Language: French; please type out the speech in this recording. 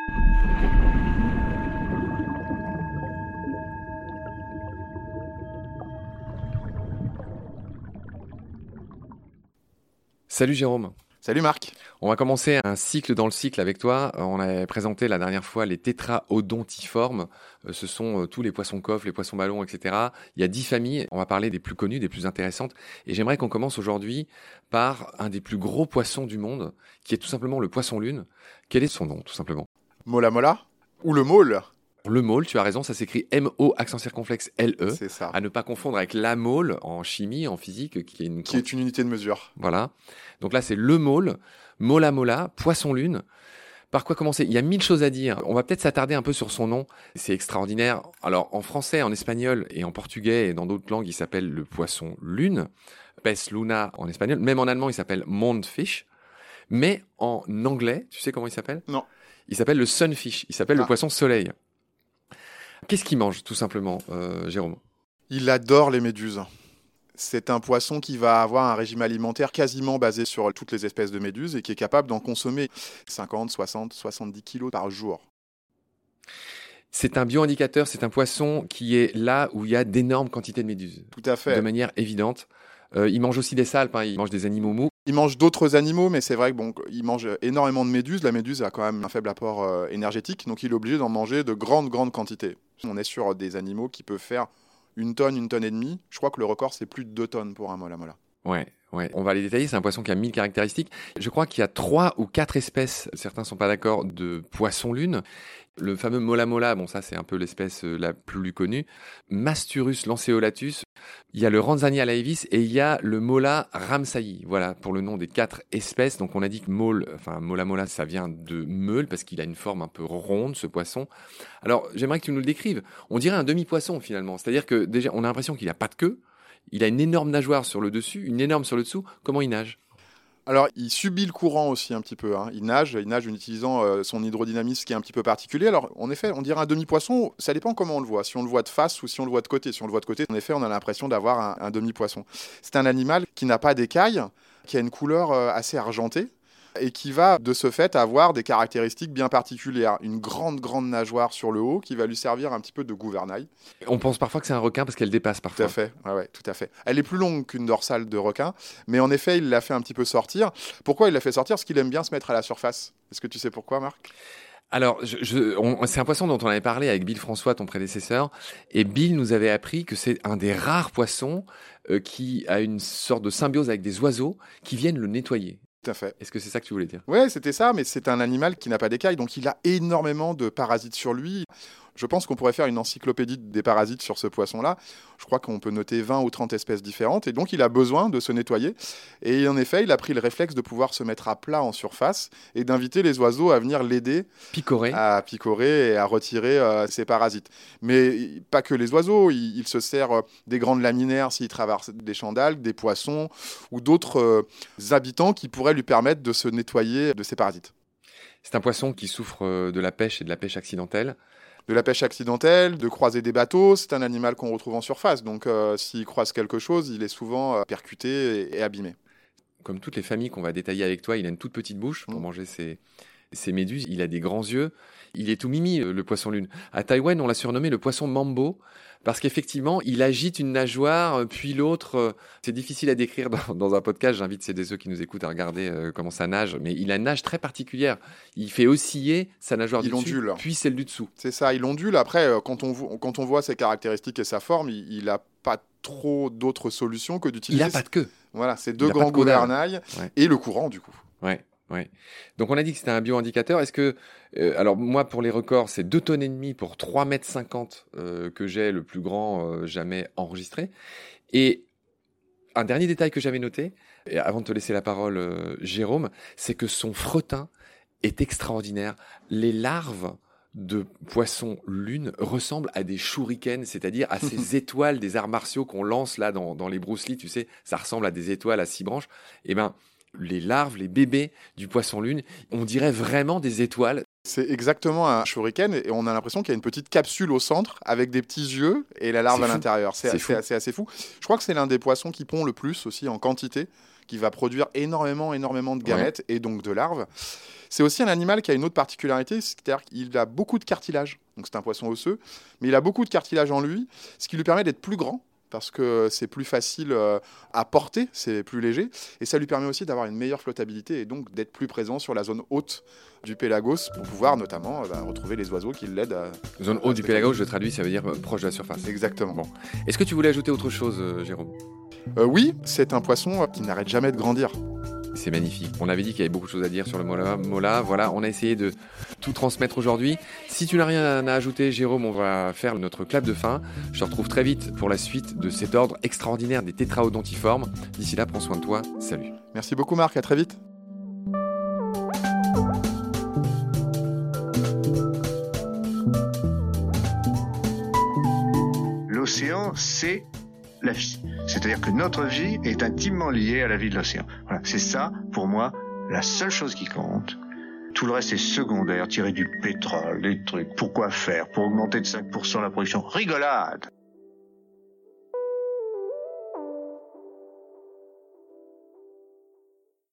Salut Jérôme. Salut Marc. On va commencer un cycle dans le cycle avec toi. On a présenté la dernière fois les tétraodontiformes. Ce sont tous les poissons coffres, les poissons ballons, etc. Il y a 10 familles. On va parler des plus connues, des plus intéressantes. Et j'aimerais qu'on commence aujourd'hui par un des plus gros poissons du monde, qui est tout simplement le poisson lune. Quel est son nom, tout simplement? Mola mola ou le môle? Le môle, tu as raison, ça s'écrit M-O, accent circonflexe L-E. C'est ça. À ne pas confondre avec la môle en chimie, en physique, qui est une unité de mesure. Voilà. Donc là, c'est le môle, mola mola, poisson lune. Par quoi commencer? Il y a 1000 choses à dire. On va peut-être s'attarder un peu sur son nom. C'est extraordinaire. Alors, en français, en espagnol et en portugais et dans d'autres langues, il s'appelle le poisson lune. Pes luna en espagnol. Même en allemand, il s'appelle mondfish. Mais en anglais, tu sais comment il s'appelle? Non. Il s'appelle le sunfish. Il s'appelle le poisson soleil. Qu'est-ce qu'il mange, tout simplement, Jérôme? Il adore les méduses. C'est un poisson qui va avoir un régime alimentaire quasiment basé sur toutes les espèces de méduses et qui est capable d'en consommer 50, 60, 70 kilos par jour. C'est un bioindicateur, c'est un poisson qui est là où il y a d'énormes quantités de méduses. Tout à fait. De manière évidente. Il mange aussi des salpes, il mange des animaux mous. Il mange d'autres animaux, mais c'est vrai que il mange énormément de méduses. La méduse a quand même un faible apport énergétique, donc il est obligé d'en manger de grandes quantités. On est sur des animaux qui peuvent faire 1 tonne, 1 tonne et demie. Je crois que le record, c'est plus de 2 tonnes pour un mola mola. Ouais. On va les détailler. C'est un poisson qui a 1000 caractéristiques. Je crois qu'il y a 3 ou 4 espèces, certains sont pas d'accord, de poisson lune. Le fameux mola mola, bon ça c'est un peu l'espèce la plus connue. Masturus lanceolatus. Il y a le Ranzania laevis et il y a le mola ramsayi. Voilà pour le nom des 4 espèces. Donc on a dit que mola mola, ça vient de meule parce qu'il a une forme un peu ronde ce poisson. Alors j'aimerais que tu nous le décrives. On dirait un demi-poisson finalement. C'est-à-dire que déjà on a l'impression qu'il n'a pas de queue. Il a une énorme nageoire sur le dessus, une énorme sur le dessous. Comment il nage? Alors, il subit le courant aussi un petit peu. Il nage en utilisant son hydrodynamisme qui est un petit peu particulier. Alors, en effet, on dirait un demi-poisson. Ça dépend comment on le voit. Si on le voit de face ou si on le voit de côté. Si on le voit de côté, en effet, on a l'impression d'avoir un demi-poisson. C'est un animal qui n'a pas d'écailles, qui a une couleur assez argentée et qui va, de ce fait, avoir des caractéristiques bien particulières. Une grande nageoire sur le haut qui va lui servir un petit peu de gouvernail. On pense parfois que c'est un requin parce qu'elle dépasse parfois. Tout à fait, ouais, tout à fait. Elle est plus longue qu'une dorsale de requin, mais en effet, il l'a fait un petit peu sortir. Pourquoi il l'a fait sortir? Parce qu'il aime bien se mettre à la surface. Est-ce que tu sais pourquoi, Marc? Alors, c'est un poisson dont on avait parlé avec Bill François, ton prédécesseur, et Bill nous avait appris que c'est un des rares poissons qui a une sorte de symbiose avec des oiseaux qui viennent le nettoyer. Tout à fait. Est-ce que c'est ça que tu voulais dire? Ouais, c'était ça, mais c'est un animal qui n'a pas d'écailles, donc il a énormément de parasites sur lui. Je pense qu'on pourrait faire une encyclopédie des parasites sur ce poisson-là. Je crois qu'on peut noter 20 ou 30 espèces différentes, et donc il a besoin de se nettoyer. Et en effet, il a pris le réflexe de pouvoir se mettre à plat en surface et d'inviter les oiseaux à venir l'aider à picorer et à retirer ses parasites. Mais pas que les oiseaux, il se sert des grandes laminaires s'il traverse des champs d'algues, des poissons ou d'autres habitants qui pourraient lui permettre de se nettoyer de ses parasites. C'est un poisson qui souffre de la pêche et de la pêche accidentelle. De la pêche accidentelle, de croiser des bateaux, c'est un animal qu'on retrouve en surface. Donc s'il croise quelque chose, il est souvent percuté et abîmé. Comme toutes les familles qu'on va détailler avec toi, il a une toute petite bouche pour manger ses méduses. Il a des grands yeux. Il est tout mimi, le poisson lune. À Taïwan, on l'a surnommé le poisson mambo parce qu'effectivement, il agite une nageoire, puis l'autre. C'est difficile à décrire dans un podcast. J'invite ceux qui nous écoutent à regarder comment ça nage. Mais il a une nage très particulière. Il fait osciller sa nageoire du dessus, puis celle du dessous. C'est ça, il ondule. Après, quand on voit ses caractéristiques et sa forme, il n'a pas trop d'autres solutions que d'utiliser... Il n'a pas de queue. Voilà, c'est 2 grands gouvernails et le courant, du coup. Ouais. Donc on a dit que c'était un bioindicateur. Est-ce que, alors moi pour les records, c'est 2 tonnes et demie pour 3,50 m que j'ai le plus grand jamais enregistré. Et un dernier détail que j'avais noté, et avant de te laisser la parole, Jérôme, c'est que son fretin est extraordinaire. Les larves de poissons lune ressemblent à des shurikens, c'est-à-dire à ces étoiles des arts martiaux qu'on lance là dans les Bruce Lee, tu sais, ça ressemble à des étoiles à 6 branches. Eh ben, les larves, les bébés du poisson lune, on dirait vraiment des étoiles. C'est exactement un shuriken et on a l'impression qu'il y a une petite capsule au centre avec des petits yeux et la larve à l'intérieur. C'est assez fou. Je crois que c'est l'un des poissons qui pond le plus aussi en quantité, qui va produire énormément de gamètes et donc de larves. C'est aussi un animal qui a une autre particularité, c'est-à-dire qu'il a beaucoup de cartilage. Donc c'est un poisson osseux, mais il a beaucoup de cartilage en lui, ce qui lui permet d'être plus grand, parce que c'est plus facile à porter, c'est plus léger, et ça lui permet aussi d'avoir une meilleure flottabilité et donc d'être plus présent sur la zone haute du pélagos pour pouvoir notamment retrouver les oiseaux qui l'aident à... Zone haute du pélagos, je traduis, ça veut dire proche de la surface. Exactement. Bon. Est-ce que tu voulais ajouter autre chose, Jérôme ? Oui, c'est un poisson qui n'arrête jamais de grandir. C'est magnifique. On avait dit qu'il y avait beaucoup de choses à dire sur le mola. Voilà, on a essayé de tout transmettre aujourd'hui. Si tu n'as rien à ajouter, Jérôme, on va faire notre clap de fin. Je te retrouve très vite pour la suite de cet ordre extraordinaire des tétraodontiformes. D'ici là, prends soin de toi. Salut. Merci beaucoup, Marc. À très vite. L'océan, c'est la vie. C'est-à-dire que notre vie est intimement liée à la vie de l'océan. Voilà, c'est ça, pour moi, la seule chose qui compte. Tout le reste est secondaire, tirer du pétrole, des trucs. Pourquoi faire ? Pour augmenter de 5% la production ? Rigolade !